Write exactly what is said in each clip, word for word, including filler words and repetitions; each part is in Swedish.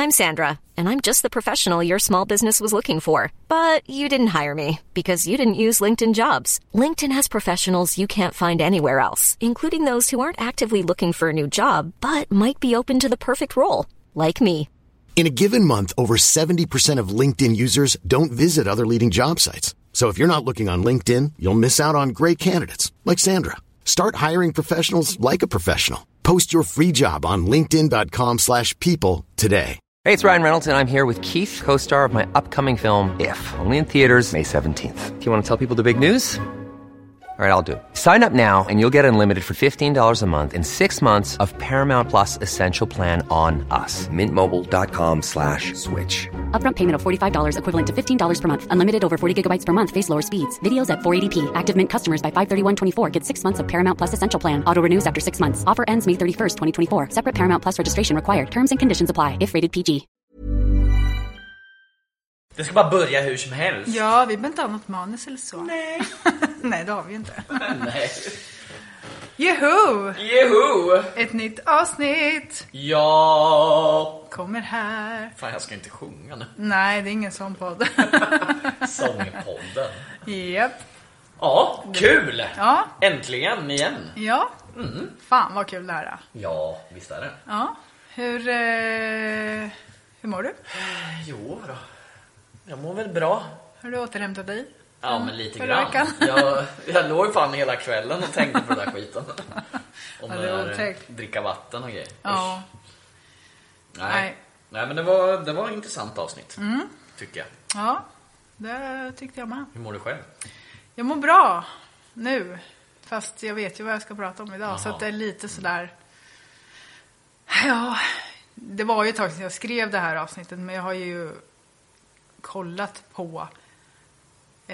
I'm Sandra, and I'm just the professional your small business was looking for. But you didn't hire me because you didn't use LinkedIn Jobs. LinkedIn has professionals you can't find anywhere else, including those who aren't actively looking for a new job, but might be open to the perfect role, like me. In a given month, over seventy percent of LinkedIn users don't visit other leading job sites. So if you're not looking on LinkedIn, you'll miss out on great candidates like Sandra. Start hiring professionals like a professional. Post your free job on linkedin dot com slash people today. Hey, it's Ryan Reynolds, and I'm here with Keith, co-star of my upcoming film, If, only in theaters May seventeenth. Do you want to tell people the big news? All right, I'll do it. Sign up now and you'll get unlimited for fifteen dollars a month and six months of Paramount Plus Essential Plan on us. Mint Mobile dot com slash switch. Upfront payment of forty-five dollars equivalent to fifteen dollars per month. Unlimited over forty gigabytes per month. Face lower speeds. Videos at four eighty p. Active Mint customers by five thirty-one twenty-four get six months of Paramount Plus Essential Plan. Auto renews after six months. Offer ends May thirty-first, twenty twenty-four. Separate Paramount Plus registration required. Terms and conditions apply if rated P G. Det ska bara börja hur som helst. Ja, vi behöver inte ha något manus eller så. Nej. Nej, det har vi inte. Nej. Juhu! Juhu! Ett nytt avsnitt. Ja. Kommer här. Fan, jag ska inte sjunga nu. Nej, det är ingen sån podd. Sångpodden. Japp. Ja, kul! Ja. Äntligen igen. Ja. Mm. Fan, vad kul det här är. Ja, visst är det. Ja. Hur, eh, hur mår du? Jo då. Jag mår väl bra. Har du återhämtat dig? Ja, mm. men lite Förra grann. veckan. Jag, jag låg fan hela kvällen och tänkte på den där skiten. Om Ja, det var där, otäckt. dricka vatten och grejer. Ja. Nej. Nej. Nej, men det var, det var ett intressant avsnitt. Mm. Tycker jag. Ja, det tyckte jag med. Hur mår du själv? Jag mår bra nu. Fast jag vet ju vad jag ska prata om idag. Jaha. Så att det är lite sådär. Ja, det var ju ett tag sedan jag skrev det här avsnittet. Men jag har ju kollat på eh,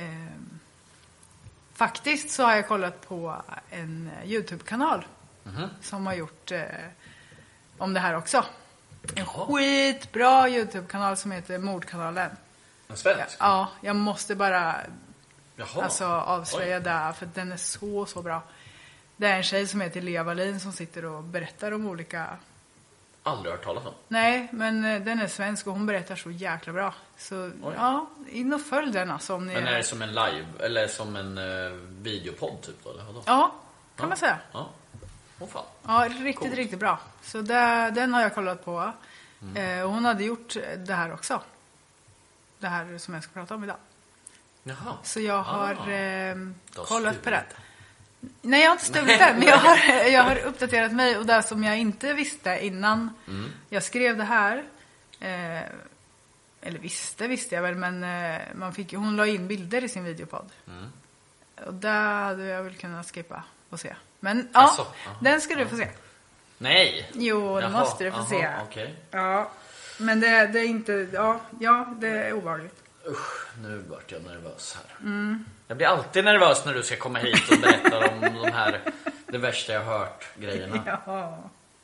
faktiskt så har jag kollat på en YouTube-kanal mm-hmm. som har gjort eh, om det här också. En Jaha. skitbra YouTube-kanal som heter Mordkanalen. En svensk? Ja, jag måste bara Jaha. alltså avslöja Oj. det, för den är så, så bra. Det är en tjej som heter Lea Wallin som sitter och berättar om olika... Aldrig hört talas om. Nej, men eh, den är svensk och hon berättar så jäkla bra. Så Oj. ja, in och följ den alltså, om ni... Men är det som en live eller som en uh, videopodd typ då, eller vadå? Ja, kan ja. man säga. Ja. Åh fan. Ja, riktigt, Coolt. riktigt bra. Så det, den har jag kollat på. Mm. Eh, och hon hade gjort det här också. Det här som jag ska prata om idag. Jaha. Så jag har ah. eh, har kollat på det. stulit. Nej, jag har inte stulit det. Men jag har, jag har uppdaterat mig. Och det som jag inte visste innan mm. jag skrev det här. Eh, eller visste, visste jag väl. Men eh, man fick, hon la in bilder i sin videopodd. Mm. Och där hade jag väl kunnat skippa och se. Men ja, alltså, den ska du få se. Nej. Jo, det Jaha, måste du få aha, se. Okay. Ja, men det, det är inte... Ja, ja, det är obehagligt. Usch, nu vart jag nervös här. Mm. Jag blir alltid nervös när du ska komma hit och berätta om de här, det värsta jag har hört, grejerna. Ja.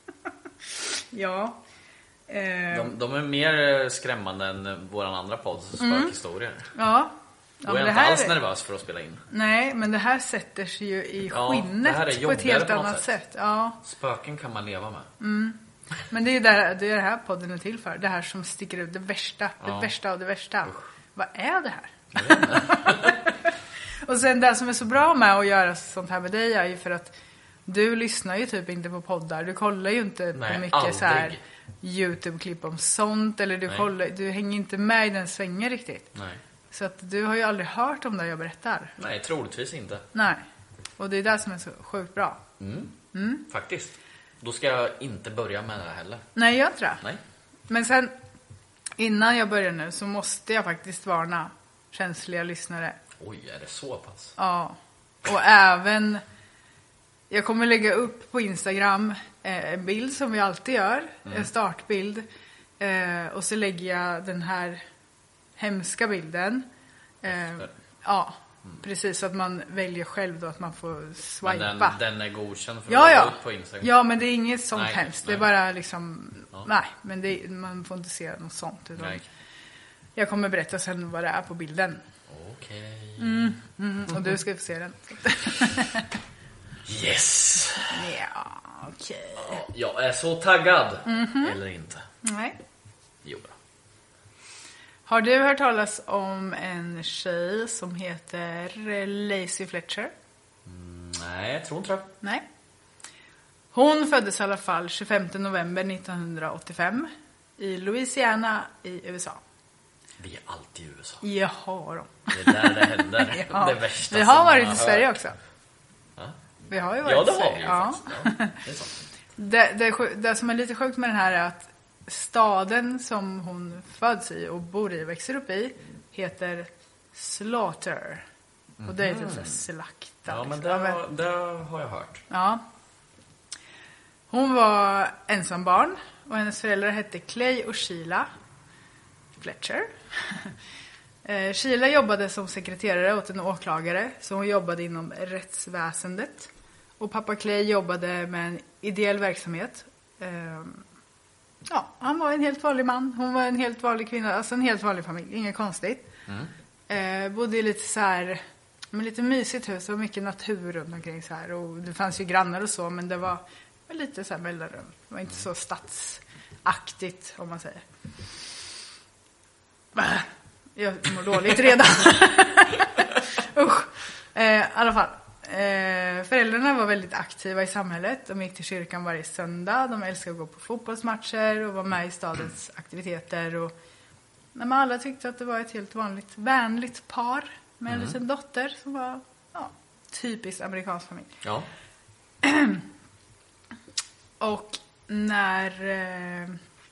Ja. Eh. De, de är mer skrämmande än våran andra podd, Spökhistorier. Mm. Ja. Då är jag inte alls nervös för att spela in. Nej, men det här sätter sig ju i ja, skinnet på ett helt på annat sätt. sätt. Ja. Spöken kan man leva med. Mm. Men det är ju det, det är det här podden är till för. Det här som sticker ut, det värsta. Det ja. värsta av det värsta. Usch. Vad är det här? Och sen det som är så bra med att göra sånt här med dig är ju för att du lyssnar ju typ inte på poddar. Du kollar ju inte Nej, på mycket aldrig. så här YouTube-klipp om sånt. Eller du, kollar, du hänger inte med i den svängen riktigt. Nej. Så att du har ju aldrig hört om det jag berättar. Nej, troligtvis inte. Nej. Och det är det som är så sjukt bra. Mm. Mm. Faktiskt. Då ska jag inte börja med det här heller. Nej, jag tror det. Nej. Men sen, innan jag börjar nu så måste jag faktiskt varna känsliga lyssnare. Oj, är det så pass? Ja. Och även, jag kommer lägga upp på Instagram eh, en bild som vi alltid gör. Mm. En startbild. Eh, och så lägger jag den här hemska bilden. Eh, ja, mm. precis. Så att man väljer själv då att man får swipa. Men den, den är godkänd för ja, att ja. gå ut på Instagram? Ja, men det är inget sånt nej, hemskt. Nej. Det är bara liksom, ja. nej, men det, man får inte se något sånt. Utan jag kommer berätta sen vad det är på bilden. Okej. Okay. Mm, mm, och du ska få se den. Yes. Ja, okej. Okay. Jag är så taggad. Mm-hmm. Eller inte. Nej. Jo då. Har du hört talas om en tjej som heter Lacey Fletcher? Mm, nej, jag tror inte det. Nej. Hon föddes i alla fall tjugofemte november nittonhundraåttiofem i Louisiana i U S A. Vi är alltid i U S A. Jaha då. Det är där det händer. Ja. Det värsta Vi har som varit man i hört. Sverige också. Ja. Vi har ju varit Ja, det i har Sverige. vi ju Ja. faktiskt. Ja, det är sant. Det, det, är sjuk- det som är lite sjukt med den här är att staden som hon föds i och bor i och växer upp i heter Slaughter. Och det är typ så här slakta. Ja, men liksom. det har, det har jag hört. Ja. Hon var ensam barn och hennes föräldrar hette Clay och Sheila Fletcher. Eh, Sheila jobbade som sekreterare åt en åklagare, så hon jobbade inom rättsväsendet. Och pappa Clay jobbade med en ideell verksamhet. Eh, ja, han var en helt vanlig man. Hon var en helt vanlig kvinna, alltså en helt vanlig familj, inget konstigt. Mm. Eh, bodde i lite så här, men lite mysigt hus och mycket natur runt omkring så här. Och det fanns ju grannar och så, men det var lite så här mellanrum. Det var inte så stadsaktigt, om man säger. Jag mår dåligt redan. Usch. Eh, I alla fall. Eh, föräldrarna var väldigt aktiva i samhället. De gick till kyrkan varje söndag. De älskade att gå på fotbollsmatcher och var med i stadens aktiviteter. Och när man alla tyckte att det var ett helt vanligt, vänligt par med en Mm. liten dotter som var ja, typiskt amerikansk familj. Ja. Och när eh,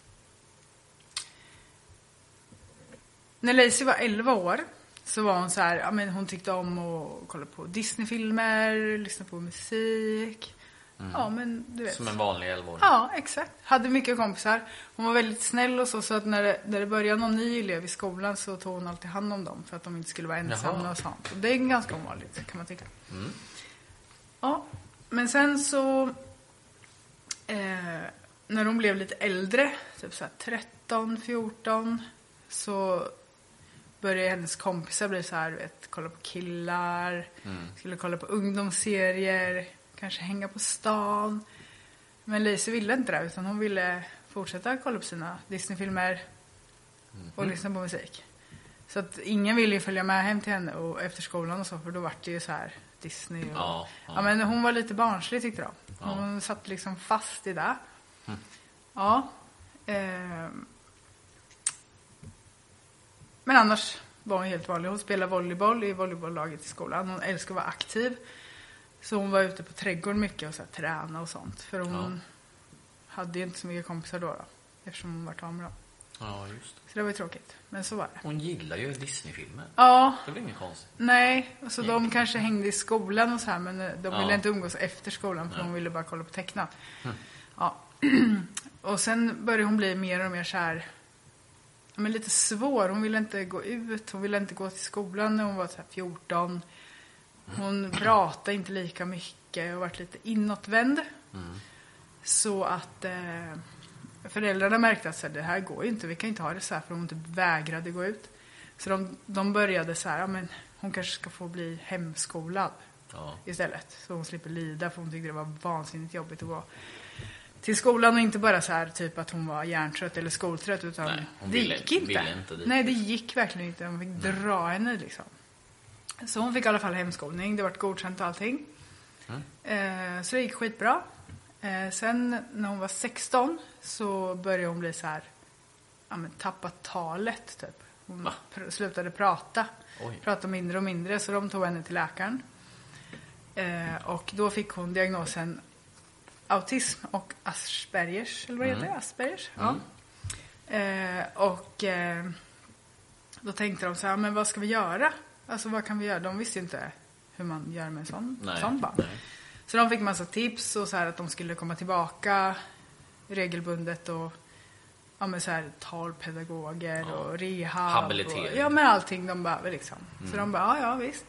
när Lacey var elva år så var hon så här, ja, men hon tyckte om att kolla på Disney-filmer, lyssna på musik. Mm. Ja, men du vet. Som en vanlig elvaåring. Ja, exakt. Hade mycket kompisar. Hon var väldigt snäll och så, så att när det, när det började någon ny elev i skolan så tog hon alltid hand om dem för att de inte skulle vara ensamma. Jaha. Och sånt. Och det är ganska ovanligt, kan man tycka. Mm. Ja, men sen så eh, när hon blev lite äldre, typ så här tretton, fjorton, så började hennes kompisar bli så här, vet, kolla på killar, Mm. skulle kolla på ungdomsserier, kanske hänga på stan. Men Lacey ville inte det, utan hon ville fortsätta kolla på sina Disney-filmer och lyssna på musik. Så att ingen ville ju följa med hem till henne och efter skolan och så, för då var det ju så här Disney och... Ja, Ja, ja. men hon var lite barnslig tyckte de. Ja. Hon satt liksom fast i det. Mm. Ja. ehm. Men annars var hon helt vanlig. Hon spelade volleyboll i volleybolllaget i skolan. Hon älskade att vara aktiv. Så hon var ute på trädgården mycket och så här, träna och sånt. För hon hade ju inte så mycket kompisar då, då eftersom hon var tam då. Ja, just det. Så det var ju tråkigt. Men så var det. Hon gillar ju Disney-filmer. Ja, Det var inget konstigt. nej. Så de kanske hängde i skolan och så här, men de ville Ja. inte umgås efter skolan för Nej. hon ville bara kolla på tecknat. Mm. Ja. Och sen började hon bli mer och mer så här, ja, men lite svår. Hon ville inte gå ut, hon ville inte gå till skolan när hon var så här fjorton. Hon pratade inte lika mycket och varit lite inåtvänd. Mm. Så att eh, föräldrarna märkte att så här, det här går ju inte, vi kan inte ha det så här, för hon typ vägrade gå ut. Så de, de började så här, ja, men hon kanske ska få bli hemskolad Ja. istället. Så hon slipper lida, för hon tyckte det var vansinnigt jobbigt att gå till skolan och inte bara så här typ att hon var hjärntrött eller skoltrött, utan Nej, hon det ville- gick inte. ville inte dit. Nej, det gick verkligen inte. De fick dra henne liksom. Så hon fick i alla fall hemskolning, det var godkänt och allting. Mm. Eh, så det gick skitbra. Eh, sen när hon var sexton så började hon bli så här, ja, men tappa talet typ. Hon Va? pr- slutade prata. Oj. Prata mindre och mindre, så de tog henne till läkaren. Eh, och då fick hon diagnosen autism och Aspergers, eller vad heter det? Aspergers? Ja. Eh, och eh, då tänkte de så här, men vad ska vi göra? Alltså vad kan vi göra? De visste ju inte hur man gör med en sån, Nej, sån barn. nej. Så de fick massa tips och så här att de skulle komma tillbaka regelbundet och ja, med så här talpedagoger Ja. och rehab. Habilitering. Och, ja, men allting de behöver liksom. Så de bara, ja, ja visst.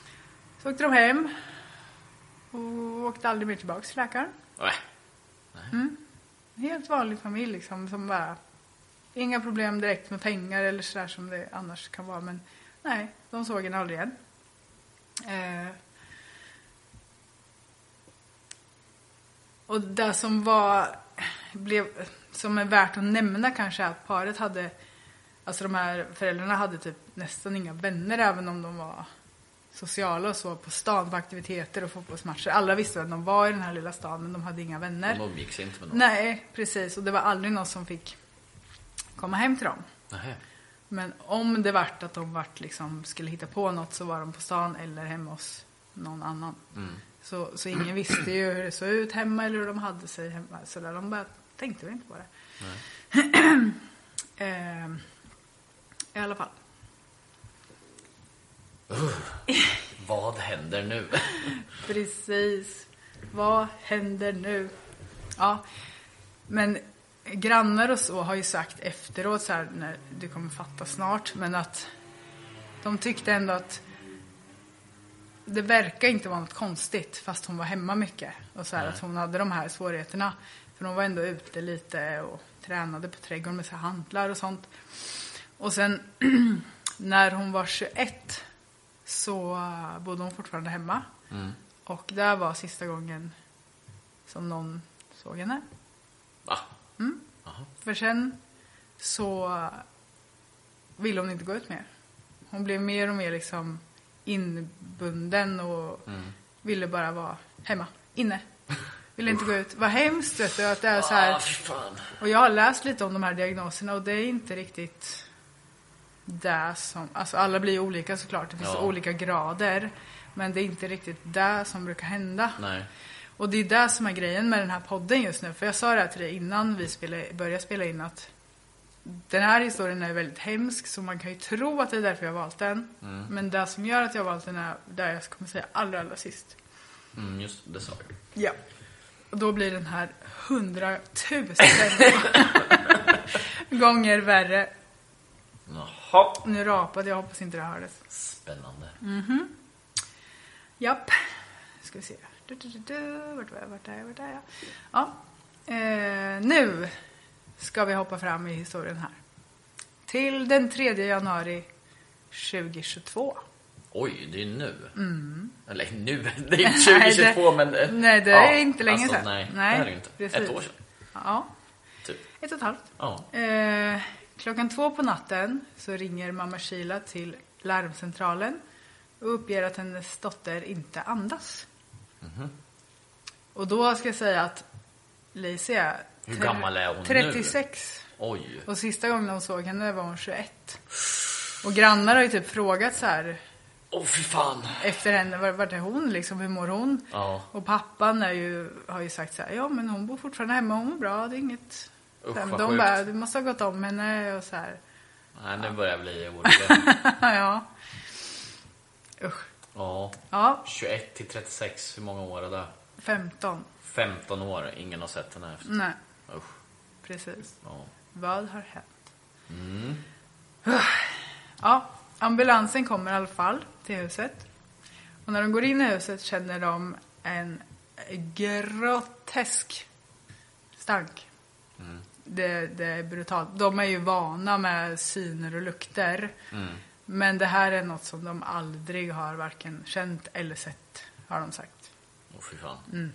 Så åkte de hem och åkte aldrig mer tillbaka till läkaren. Nej. Helt vanlig familj liksom, som bara, inga problem direkt med pengar eller sådär som det annars kan vara, men nej, de såg henne aldrig igen. Eh, och det som var blev, som är värt att nämna kanske, att paret hade, alltså de här föräldrarna hade typ nästan inga vänner, även om de var sociala och så på stan, på aktiviteter och fotbollsmatcher. Alla visste att de var i den här lilla stan, men de hade inga vänner. De umgicks inte med någon. Nej, precis. Och det var aldrig någon som fick komma hem till dem. Nej. Men om det vart att de vart liksom skulle hitta på något, så var de på stan eller hemma hos någon annan. Mm. Så, så ingen visste ju hur det såg ut hemma eller hur de hade sig hemma. Så där de bara tänkte väl inte på det. eh, I alla fall. Uh, vad händer nu? Precis. Vad händer nu? Ja, men grannar och så har ju sagt efteråt så här, när du kommer fatta snart, men att de tyckte ändå att det verkar inte vara något konstigt, fast hon var hemma mycket och så här, att hon hade de här svårigheterna, för hon var ändå ute lite och tränade på trädgården med så här hantlar och sånt. Och sen när hon var tjugoett så bodde hon fortfarande hemma. Mm. Och där var sista gången som någon såg henne. Va? Mm. För sen så ville hon inte gå ut mer. Hon blev mer och mer liksom inbunden och mm. ville bara vara hemma, inne. Ville inte gå ut. Vad hemskt, vet du, att det är så här. Ah, och jag har läst lite om de här diagnoserna, och det är inte riktigt det som, alltså alla blir olika såklart, det finns ja. olika grader, men det är inte riktigt det som brukar hända. Nej. Och det är det som är grejen med den här podden just nu, för jag sa det här till dig innan vi spelade, började spela in, att den här historien är väldigt hemsk, så man kan ju tro att det är därför jag har valt den. Mm. Men det som gör att jag har valt den är där jag kommer säga allra, allra sist. Mm, just det, sa jag. Ja. Och då blir den här hundratusen gånger värre. Jaha. Nu rapade jag, hoppas inte det hördes. Spännande. Mhm. Japp. Ska vi se. Du, du, du, du. Vart var jag? Vart är jag? Vart är jag? Ja. Eh, nu ska vi hoppa fram i historien här. Till den tredje januari tjugohundratjugotvå. Oj, det är nu. Mm. Eller nu, det är inte tjugohundratjugotvå, men... Nej, det är ja, inte länge alltså, sedan. Nej, nej, det är det inte. Precis. Ett år sedan. Ja, typ. Ett och ett halvt. Ja. Eh, klockan två på natten så ringer mamma Sheila till larmcentralen och uppger att hennes dotter inte andas. Mm-hmm. Och då ska jag säga att Lacey är... Hur gammal är hon trettiosex. Nu? Oj. Och sista gången hon såg henne var hon tjugoett. Och grannar har ju typ frågat så här... Åh, oh, fy fan. Efter henne, var, vart är hon liksom, hur mår hon? Ja. Och pappan är ju, har ju sagt så här, ja men hon bor fortfarande hemma, hon mår bra, det är inget. Usch, de vad bara, sjukt. du måste ha gått om henne och så här. Nej, nu börjar jag bli orolig. Ja. Usch. Ja. Ja. tjugoett till trettiosex, hur många år är det? femton. femton år, ingen har sett henne efter. Nej. Usch. Precis. Ja. Vad har hänt? Mm. Ja, ambulansen kommer i alla fall till huset. Och när de går in i huset känner de en grotesk stank. Mm. Det, det är brutalt. De är ju vana med syner och lukter. Mm. Men det här är något som de aldrig har varken känt eller sett, har de sagt. Åh, fy fan. Mm.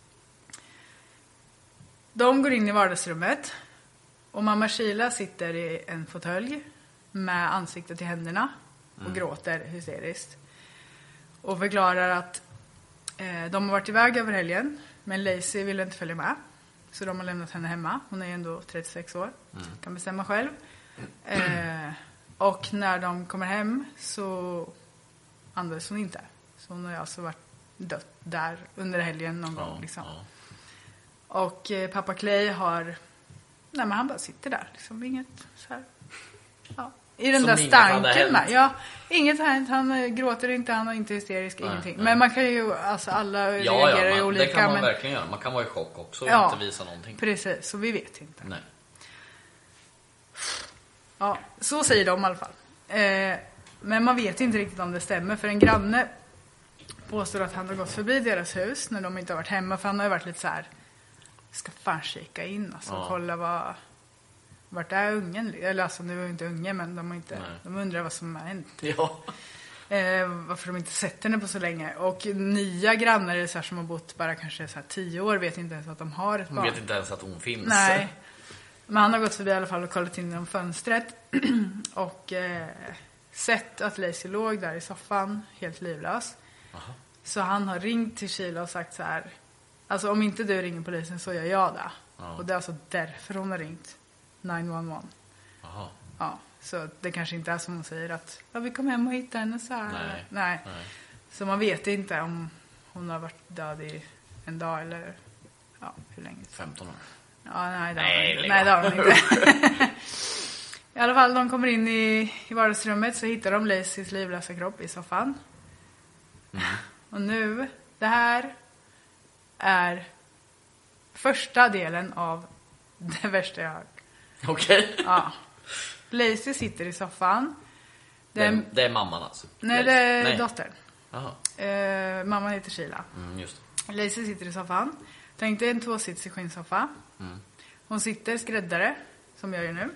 De går in i vardagsrummet. Och mamma Sheila sitter i en fåtölj med ansiktet i händerna och mm. gråter hysteriskt. Och förklarar att eh, de har varit iväg över helgen, men Lacey ville inte följa med. Så de har lämnat henne hemma. Hon är ändå trettiosex år. Mm. Kan bestämma själv. Eh, och när de kommer hem så andades hon inte. Så hon har alltså varit dött där under helgen någon ja, gång. Liksom. Ja. Och eh, pappa Clay har... Nej, men han bara sitter där. Liksom, inget så här... Ja. I den som där stanken med. Ja, inget har hänt. Han gråter inte, han är inte hysterisk, nej, ingenting. Nej. Men man kan ju, alltså alla ja, reagerar ja, ju man, olika. det kan man men... verkligen göra. Man kan vara i chock också och ja, inte visa någonting. Precis, så vi vet inte. Nej. Ja, så säger de i alla fall. Eh, men man vet inte riktigt om det stämmer. För en granne påstår att han har gått förbi deras hus när de inte har varit hemma. För han har ju varit lite så här, ska fan kika in alltså, och ja. kolla vad... Vart är ungen? Eller alltså, nu är inte unge, men de, har inte, de undrar vad som har hänt. Ja. Eh, varför de inte sett henne på så länge. Och nya grannar är så här, som har bott bara kanske så här tio år vet inte ens att de har ett barn. De vet inte ens att hon finns. Nej. Men han har gått förbi i alla fall och kollat in genom fönstret. och eh, sett att Lacey låg där i soffan helt livlös. Aha. Så han har ringt till Sheila och sagt så här: alltså om inte du ringer polisen så gör jag det. Ja. Och det är alltså därför hon har ringt nio ett ett. Aha. Ja, så det kanske inte är som hon säger att ja, vi kom hem och hittade henne så här. Nej. Nej. Nej. Så man vet inte om hon har varit död i en dag eller ja, hur länge. femton år. Ja, nej, det har Nej, hon inte. Nej, det har hon inte. I alla fall, de kommer in i, i vardagsrummet så hittar de Laceys livlösa kropp i soffan. Mm. Och nu, det här är första delen av det värsta jag har hört. Okej. Okay. Ja. Lacey sitter i soffan. Det är, det är mamman alltså? Nej, det är Nej. dottern. Eh, mamman heter Sheila. Mm, just det. Lacey sitter i soffan. Tänk dig en tvåsitsig skinnsoffa. Mm. Hon sitter skräddare, som jag gör nu.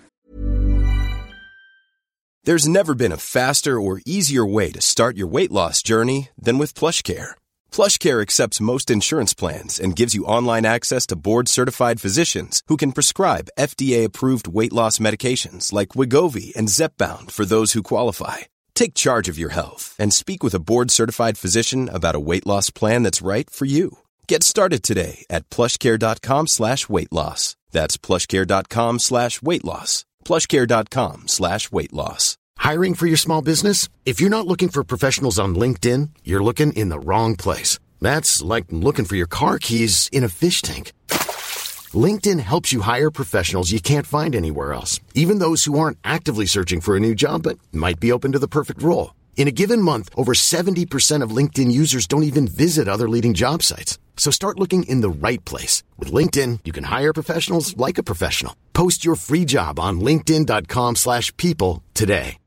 There's never been a faster or easier way to start your weight loss journey than with PlushCare. PlushCare accepts most insurance plans and gives you online access to board-certified physicians who can prescribe F D A-approved weight loss medications like Wegovy and Zepbound for those who qualify. Take charge of your health and speak with a board-certified physician about a weight loss plan that's right for you. Get started today at plushcare.com slash weight loss. That's plushcare.com slash weight loss. plushcare.com slash weight loss. Hiring for your small business? If you're not looking for professionals on LinkedIn, you're looking in the wrong place. That's like looking for your car keys in a fish tank. LinkedIn helps you hire professionals you can't find anywhere else, even those who aren't actively searching for a new job but might be open to the perfect role. In a given month, over seventy percent of LinkedIn users don't even visit other leading job sites. So start looking in the right place. With LinkedIn, you can hire professionals like a professional. Post your free job on linkedin.com slash people today.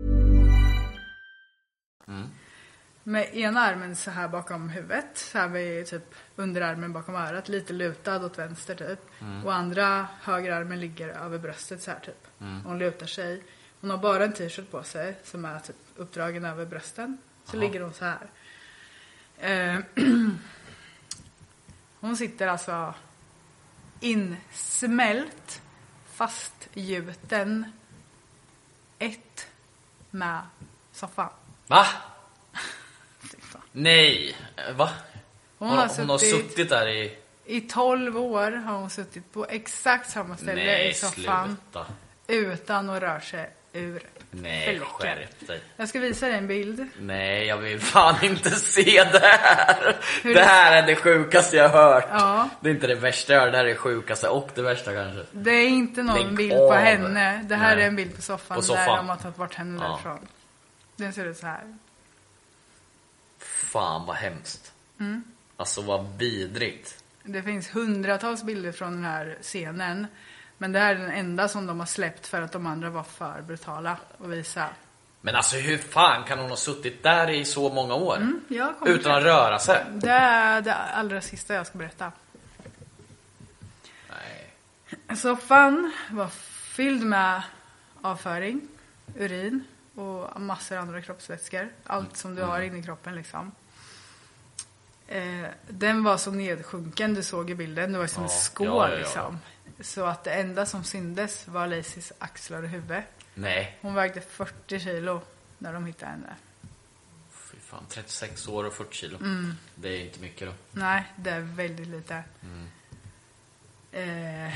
Mm. Med ena armen så här bakom huvudet, så här vid typ underarmen bakom örat, lite lutad åt vänster typ. Mm. Och andra högerarmen ligger över bröstet så här typ. Mm. Hon lutar sig. Hon har bara en t-shirt på sig som är typ uppdragen över brösten. Så Aha. ligger hon så här. Eh, hon sitter alltså insmält, fastgjuten ett med soffan. Va? Nej, va? Hon, hon, har, hon har suttit, suttit där i... I tolv år har hon suttit på exakt samma ställe Nej, i soffan. Sluta. Utan att röra sig ur Nej, fläcken. skärp dig. Jag ska visa dig en bild. Nej, jag vill fan inte se det här. Hur det här är det sjukaste jag har hört. Ja. Det är inte det värsta jag har, det här är det sjukaste och det värsta kanske. Det är inte någon Lägg bild av. på henne. Det här Nej. är en bild på soffan, På soffan. där de har tagit bort henne Ja. därifrån. Den ser ut så här. Fan vad hemskt. Mm. Alltså vad vidrigt. Det finns hundratals bilder från den här scenen. Men det här är den enda som de har släppt för att de andra var för brutala att visa. Men alltså hur fan kan hon ha suttit där i så många år? Mm, jag kommer utan att till- röra sig? Det är det allra sista jag ska berätta. Nej. Soffan var fylld med avföring, urin och massor andra kroppsvätskor. Allt som du har inne i kroppen liksom. Eh, den var så nedsjunken, du såg i bilden. Det var som Ja, en skål ja, ja, ja. liksom. Så att det enda som syndes var Laceys axlar och huvud. Nej. Hon vägde fyrtio kilo när de hittade henne. Fy fan, trettiosex år och fyrtio kilo. Mm. Det är inte mycket då. Nej, det är väldigt lite. Mm. Eh,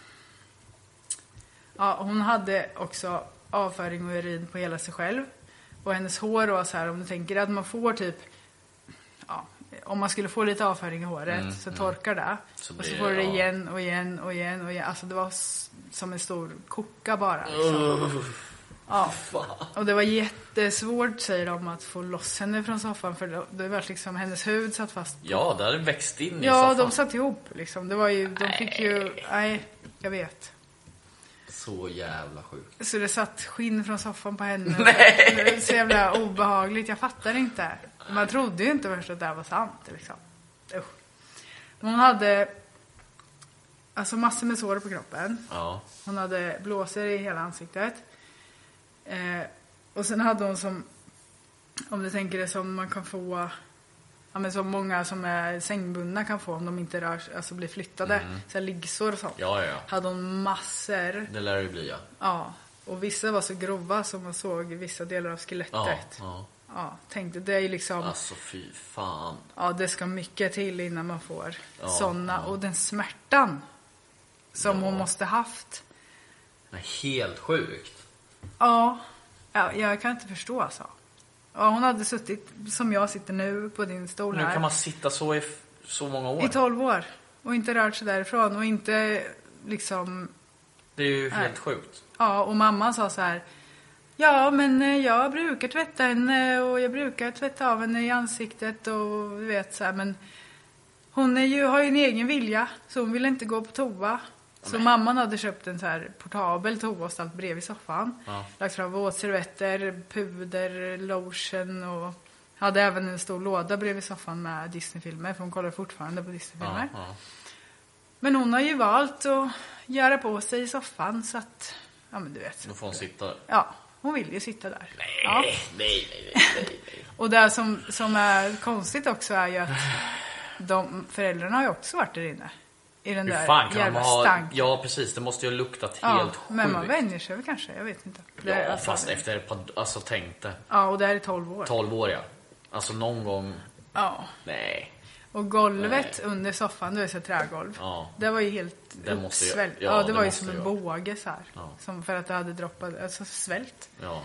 ja, hon hade också avföring och urin på hela sig själv. Och hennes hår var så här, om du tänker att man får typ, ja, om man skulle få lite avföring i håret Mm, så mm. torkar det. Så och så blir får du det det, ja. igen och igen och igen och igen. Alltså det var s- som en stor koka bara. Liksom. Ja. Och det var jättesvårt, säger de, att få loss henne från soffan. För det- det var liksom, hennes hud satt fast. Ja, det hade växt in i Ja, soffan. de satt ihop liksom. Det var ju, de fick ju, nej, jag vet. Så jävla sjukt. Så det satt skinn från soffan på henne. Nej. Det är så jävla obehagligt. Jag fattar inte. Man trodde ju inte först att det här var sant. Liksom. Usch. Hon hade alltså massor med sår på kroppen. Ja. Hon hade blåsor i hela ansiktet. Eh, och sen hade hon som Om du tänker det som man kan få, ja, men som många som är sängbundna kan få om de inte rör, alltså blir flyttade, mm. så här liggsår och sånt. Ja, ja. Hade hon massor. Det lär det ju bli, ja. Ja, och vissa var så grova som man såg vissa delar av skelettet. Ja, ja. Ja, tänkte det är ju liksom, alltså fy fan. Ja, det ska mycket till innan man får ja, sådana. Ja. Och den smärtan som ja. hon måste haft. Men helt sjukt. Ja, ja, jag kan inte förstå alltså. Ja, hon hade suttit som jag sitter nu på din stol här. Nu kan man sitta så i f- så många år. I tolv år. Och inte rört sig därifrån. Och inte liksom... Det är ju nej. helt sjukt. Ja, och mamma sa så här: ja, men jag brukar tvätta henne och jag brukar tvätta av henne i ansiktet och du vet så här, men hon är ju, har ju en egen vilja så hon vill inte gå på toa. Så mamman hade köpt en så här portabel toa och ställt bredvid soffan. Ja. Lagt fram våtservetter, puder, lotion och hade även en stor låda bredvid soffan med Disney-filmer, för hon kollar fortfarande på Disney-filmer. Ja, ja. Men hon har ju valt att göra på sig i soffan så att, ja men du vet. Då får hon sitta där. Ja, hon vill ju sitta där. Nej, ja. nej, nej, nej, nej, nej. Och det som, som är konstigt också är ju att de föräldrarna har ju också varit där inne. I den Hur där fan kan jävla de ha... stank. Ja, precis. Det måste ju ha luktat Ja, helt sjukt. men man vänjer sig väl kanske, jag vet inte. Det Ja, är alltså, fast efter ett par... Alltså, tänkte. Ja, och det här är tolv år. tolv år, ja. Alltså, någon gång... Ja. Nej. Och golvet Nej. under soffan, det är så trägolv. Ja. Det var ju helt Det måste ju- uppsvällt. ja, Ja, det, det var ju måste som en ju. båge så här. Ja. Som för att det hade droppat, alltså svält. Ja.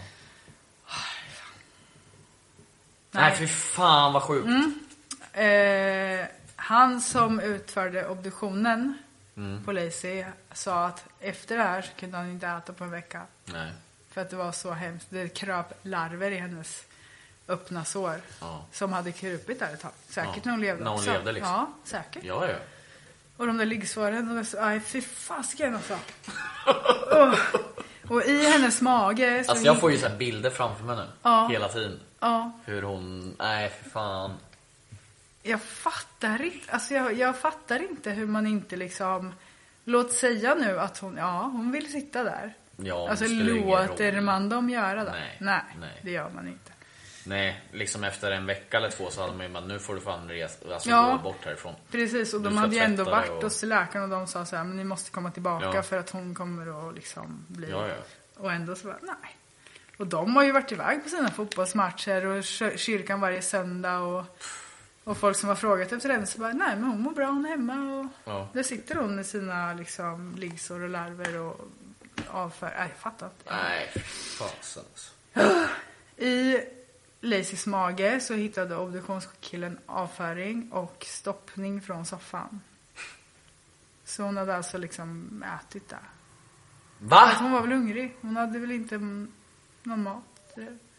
Nej. Nej, fy fan vad sjukt. Eh, han som utförde obduktionen Mm. på Lacey sa att efter det här så kunde han inte äta på en vecka. Nej. För att det var så hemskt. Det kröp larver i hennes öppna sår. Ja. Som hade krupit där ett tag. Säkert Ja. när hon levde När hon också. levde, liksom. Ja, säkert. Ja, ja. Och de där liggsåren. Och så, aj, fy fasken alltså. oh. Och i hennes mage. Så Alltså jag får ju så här bilder framför mig nu. Ja. Hela tiden. Ja. Hur hon... Nej, för fan. Jag fattar inte. Alltså jag, jag fattar inte hur man inte liksom... Låt säga nu att hon... Ja, hon vill sitta där. Ja, alltså det spelar ingen låter roll. man dem göra det? Nej, nej, nej. det gör man inte. Nej, liksom efter en vecka eller två så hade man ju bara, nu får du fan resa, alltså Ja. gå bort härifrån. Precis, och Du de ska hade ju ändå tvätta dig varit och- hos läkaren och de sa så här, men ni måste komma tillbaka Ja. för att hon kommer att liksom bli... Ja, ja. Och ändå så bara, nej. Och de har ju varit iväg på sina fotbollsmatcher och kyr- kyrkan varje söndag och, och folk som har frågat efter henne så bara, nej men hon mår bra, hon är hemma och Ja. där sitter hon med sina liksom liggsår och larver och avför... Nej, jag fattar inte. Nej, fasen alltså. I Lacys mage så hittade obduktionskillen avföring och stoppning från soffan. Så hon hade alltså liksom ätit där. Va? Alltså hon var väl hungrig. Hon hade väl inte mm, någon mat.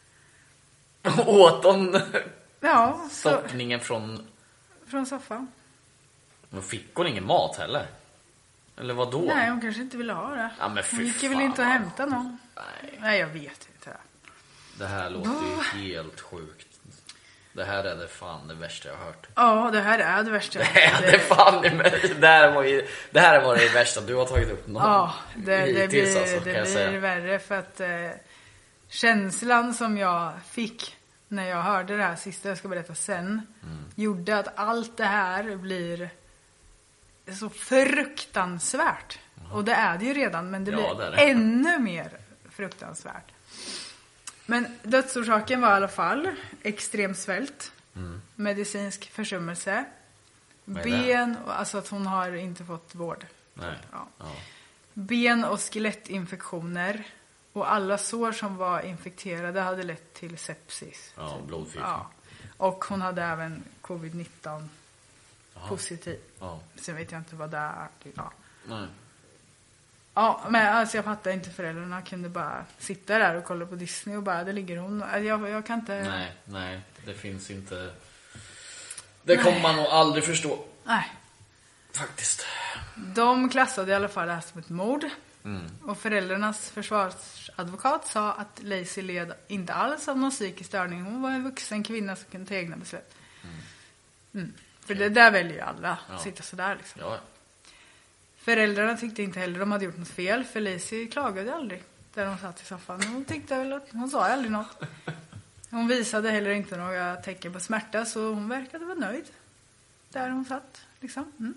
Åt hon Ja, så, stoppningen från... från soffan. Men fick hon ingen mat heller? Eller vad då? Nej, hon kanske inte ville ha det. Ja, men fy Hon gick ju väl fan. inte och hämta någon. Nej, Nej, jag vet inte. det här låter ju helt sjukt. Det här är det fan det värsta jag har hört. Ja, det här är det värsta. Det här är fan i mig. Det här var ju, det här var det värsta du har tagit upp någon. Ja, det, det hittills, blir, alltså, det kan jag blir säga. värre för att eh, känslan som jag fick när jag hörde det här sista jag ska berätta sen Mm. gjorde att allt det här blir så fruktansvärt. Och det är det ju redan, men det Ja, blir det är det. ännu mer fruktansvärt. Men dödsorsaken var i alla fall extrem svält, Mm. medicinsk försummelse, Vad är det? ben, alltså att hon har inte fått vård. Nej. Ja. Ja. Ben- och skelettinfektioner och alla sår som var infekterade hade lett till sepsis. Ja, blodförgiftning. Ja. Och hon hade även covid nitton Jaha. positiv. Ja. Sen vet jag inte vad det är. Ja. Nej. Ja, men alltså jag fattar inte, föräldrarna kunde bara sitta där och kolla på Disney och bara, där ligger hon. Alltså, Jag, jag kan inte... Nej, nej, det finns inte. Det kommer man nog aldrig förstå. Nej. Faktiskt. De klassade i alla fall det här som ett mord. Mm. Och föräldrarnas försvarsadvokat sa att Lacey led inte alls av någon psykisk störning. Hon var en vuxen kvinna som kunde ta egna beslut. Mm. För det där väljer ju alla, Ja. att sitta sådär liksom. Ja. Föräldrarna tyckte inte heller de hade gjort något fel, för Lacey klagade aldrig där de satt i soffan. Hon tyckte väl att hon sa aldrig något. Hon visade heller inte några tecken på smärta, så hon verkade vara nöjd där hon satt liksom. Mm.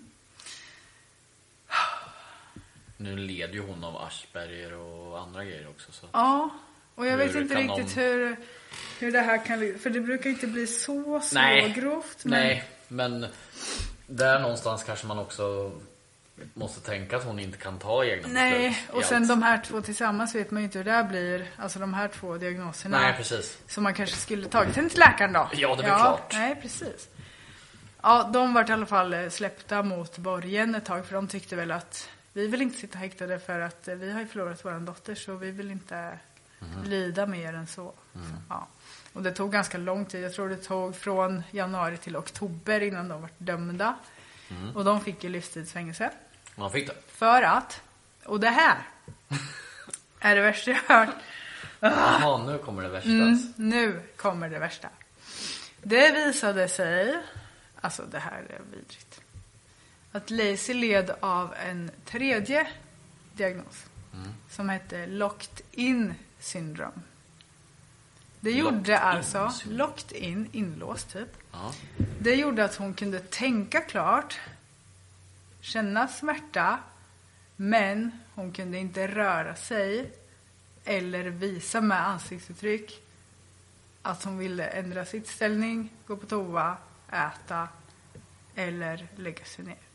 Nu leder ju hon av Asperger och andra grejer också. Så. Ja, och jag hur vet inte riktigt de... hur, hur det här kan... För det brukar inte bli så, så Nej. grovt. Men... Nej, men där någonstans kanske man också måste tänka att hon inte kan ta egna Nej, beslut. och sen de här två tillsammans vet man ju inte hur det här blir. Alltså de här två diagnoserna. Nej, precis. Så man kanske skulle tagit henne till läkaren då. Ja, det blir ja, klart. Nej, precis. Ja, de var i alla fall släppta mot borgen ett tag. För de tyckte väl att vi vill inte sitta häktade för att vi har ju förlorat vår dotter. Så vi vill inte mm. lida mer än så. Mm. så ja. Och det tog ganska lång tid. Jag tror det tog från januari till oktober innan de var dömda. Mm. Och de fick ju livstidsfängelse. Man fick det. För att, och det här är det värsta jag hört. Jaha, nu kommer det värsta. Mm, nu kommer det värsta. Det visade sig, alltså det här är vidrigt, att Lacey led av en tredje diagnos mm. som hette locked in syndrome. Det locked gjorde alltså, in locked in, inlåst typ. Ja. Det gjorde att hon kunde tänka klart, känna smärta, men hon kunde inte röra sig eller visa med ansiktsuttryck att hon ville ändra sitt ställning, gå på toa, äta eller lägga sig ner.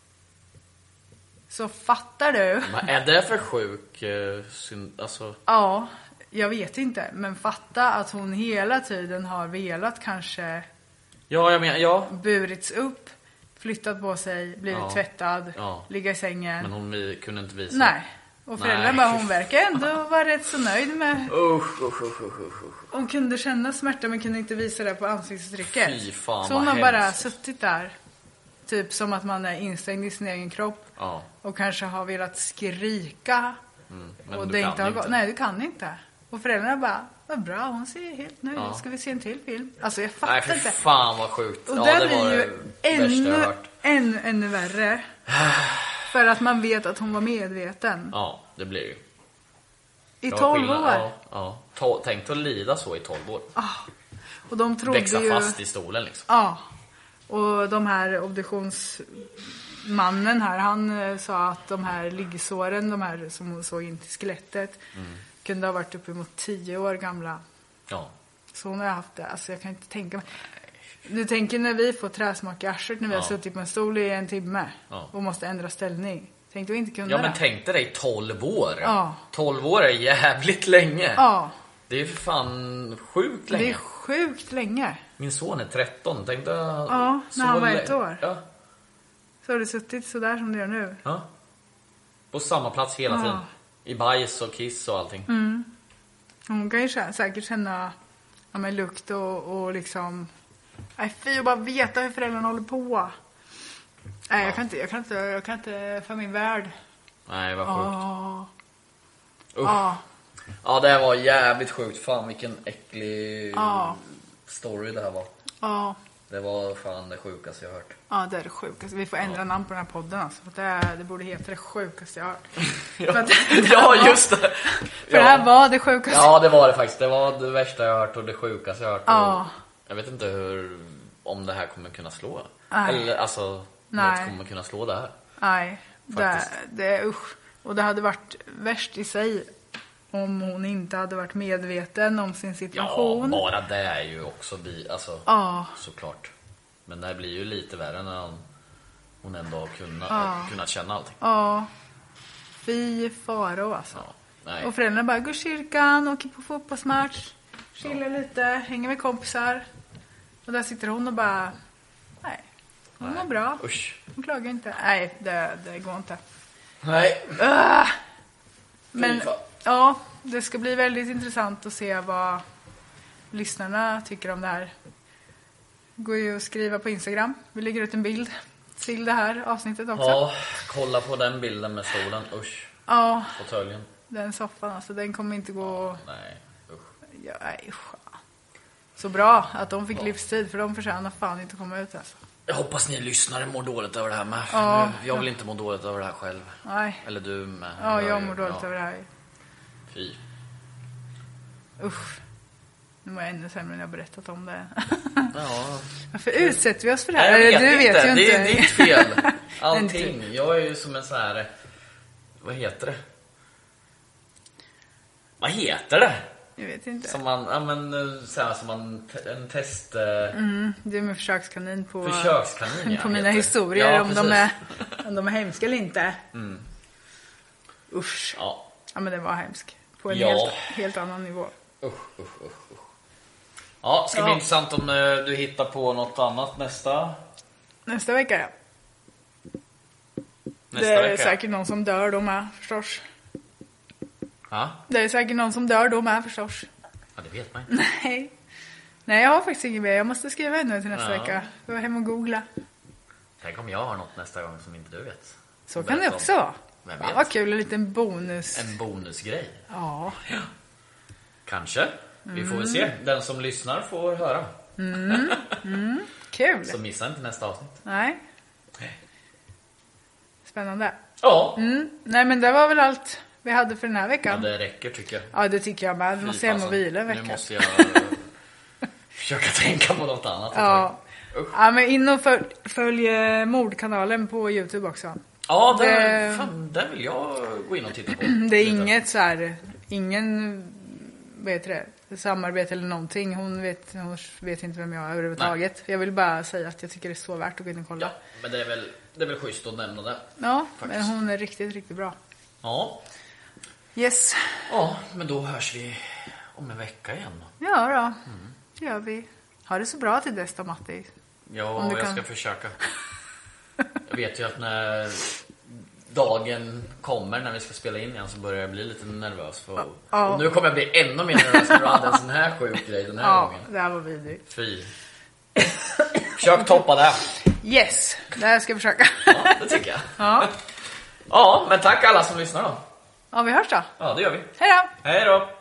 Så fattar du? Men är det för sjuk? Alltså... Ja, jag vet inte. Men fatta att hon hela tiden har velat kanske ja, jag menar, ja. burits upp, flyttat på sig, blivit ja. tvättad, ja. ligga i sängen. Men hon kunde inte visa. Nej. Och föräldrarna bara, hon verkar ändå vara rätt så nöjd med... Usch, usch, usch, usch, usch. Hon kunde känna smärta men kunde inte visa det på ansiktsuttrycket. Fy fan, så hon har hemskt. bara suttit där. Typ som att man är instängd i sin egen kropp. Ja. Och kanske har velat skrika. Mm, men och du det kan inte har inte. gått. Nej, du kan inte. Och föräldrarna bara, vad bra, hon ser helt nöjd. Ja. Ska vi se en till film? Alltså jag fattar Nej, för inte. fan vad sjukt. Och ja, det det blir var ju det värsta jag ännu, hört. ännu, ännu värre. För att man vet att hon var medveten. Ja, det blir ju. I Bra tolv skillnad. år. Ja, ja. Ta, tänk att lida så i tolv år. Ah. Och de trodde växa ju... fast i stolen liksom. Ja. Och de här obduktionsmannen här, han eh, sa att de här liggsåren, de här som hon såg in till skelettet, mm. kunde ha varit uppemot tio år gamla. Ja. Så hon har haft det. Alltså jag kan inte tänka mig. Du tänker när vi får träsmak i arslet när vi ja. har suttit på en stol i en timme ja. och måste ändra ställning. Tänkte vi inte kunna Ja, det. men tänk dig tolv år. Ja. tolv år är jävligt länge. Ja. Det är för fan sjukt länge. Det är sjukt länge. Min son är tretton. Tänkte jag. Ja, när han var ett år. Ja. Så har du suttit så där som du gör nu. Ja. På samma plats hela ja. tiden. I bajs och kiss och allting. Mm. Hon kan ju säkert känna ja, med lukt och, och liksom... Nej, fy, och bara veta hur föräldrarna håller på. Nej, ja. jag, kan inte, jag, kan inte, jag kan inte för min värld. Nej, vad sjukt. Oh. Usch. Ja. Ja, det här var jävligt sjukt. Fan, vilken äcklig ja. story det här var. Ja. Det var fan det sjukaste jag hört. Ja, det är det sjukaste. Vi får ändra ja. namn på den här podden. Alltså, för det, det borde heta det sjukaste jag hört. ja, för att, ja just det. För ja. det här var det sjukaste. Ja, det var det faktiskt. Det var det värsta jag hört och det sjukaste jag hört. Ja. Jag vet inte hur, om det här kommer kunna slå. Nej. Eller alltså, Nej. något kommer kunna slå det här. Nej, det, det är usch. Och det hade varit värst i sig om hon inte hade varit medveten om sin situation. Ja, bara det är ju också bi, alltså, ja. såklart. Men det här blir ju lite värre när hon, hon ändå kunnat, ja. kunnat känna allting. Ja, fy faro alltså. Ja, nej. Och föräldrarna bara går i kyrkan, åker på fotbollsmatch, chillar ja. lite, hänger med kompisar. Och där sitter hon och bara, nej, hon mår bra. Usch. Hon klagar inte. Nej, det, det går inte. Nej. Uh, men ja, det ska bli väldigt intressant att se vad lyssnarna tycker om det här. Går ju att skriva på Instagram. Vi lägger ut en bild till det här avsnittet också. Ja, kolla på den bilden med stolen. Usch. Ja. Fåtöljen. Den soffan, alltså den kommer inte gå... Ja, nej, usch. Ja, usch. Så bra att de fick ja. livstid, för de förtjänar fan inte komma ut alltså. Jag hoppas ni lyssnare mår dåligt över det här med. Ja. Jag vill inte må dåligt över det här själv. Nej. Eller du med. Ja, jag mår dåligt ja. över det här. Fy. Usch. Nu var jag ännu sämre när jag berättat om det. Ja. Varför utsätter vi oss för det här? Nej, jag vet du inte. vet ju Det inte. är ditt fel. Allting. Jag är ju som en sån här... Vad heter det? Vad heter det? Jag vet inte. Som man, ja men så här, som man, en test... Mm, du är med försökskanin på, Försökskanin, ja, på mina heter. historier. Ja, om, de är, om de är hemska eller inte. Mm. Usch. Ja. Ja, men det var hemskt. På en Ja. helt, helt annan nivå. Usch, usch, usch, usch. Ja, ska Ja. bli intressant om eh, du hittar på något annat nästa, Nästa vecka, ja. nästa det är vecka. säkert någon som dör då med, förstås. Ja? Det är säkert någon som dör då med, förstås. Ja, det vet man inte. Nej. Nej, jag har faktiskt inget mer. Jag måste skriva ännu till nästa Ja. vecka. Jag var hem och googla. Tänk om jag har något nästa gång som inte du vet. Så Berätta kan det om. också vara. Vem Ja, vet? vad kul, en liten bonus. En bonusgrej. Ja. Kanske. Vi får väl se. Den som lyssnar får höra. Kul. Så missa inte nästa avsnitt. Nej. Spännande. Ja. Mm. Nej, men det var väl allt vi hade för den här Ja, veckan. det räcker tycker jag. Ja, det tycker jag med. Du måste Fy hem och fasen. vila en vecka. Nu måste jag eh, försöka tänka på något annat. Ja. Usch. Ja, men in och följ, följ eh, mordkanalen på YouTube också. Ja, den, Det- fan, den vill jag gå in och titta på. Det är Lite. inget så här, ingen vet det, samarbete eller någonting. Hon vet, hon vet inte vem jag är överhuvudtaget. Jag vill bara säga att jag tycker det är så värt att gå in och kolla. Ja, men det är väl, det är väl schysst att nämna det. Ja, Faktiskt. men hon är riktigt, riktigt bra. Ja. Yes. Ja, men då hörs vi om en vecka igen då. Ja då, det gör vi. Ha det så bra till dess då, Matti. Ja, Om du jag kan- ska försöka. Jag vet ju att när dagen kommer när vi ska spela in igen så börjar jag bli lite nervös. För... Ja. Och nu kommer jag bli ännu mer nervös när du hade en sån här sjuk grej den här Ja, gången. det här var vidrigt. Fy. Försök toppa det. Yes, det här ska jag försöka. Ja, det tycker jag. Ja, Ja, men tack alla som lyssnar då. ja vi hörs då. Ja, det gör vi. Hej då! Hej då.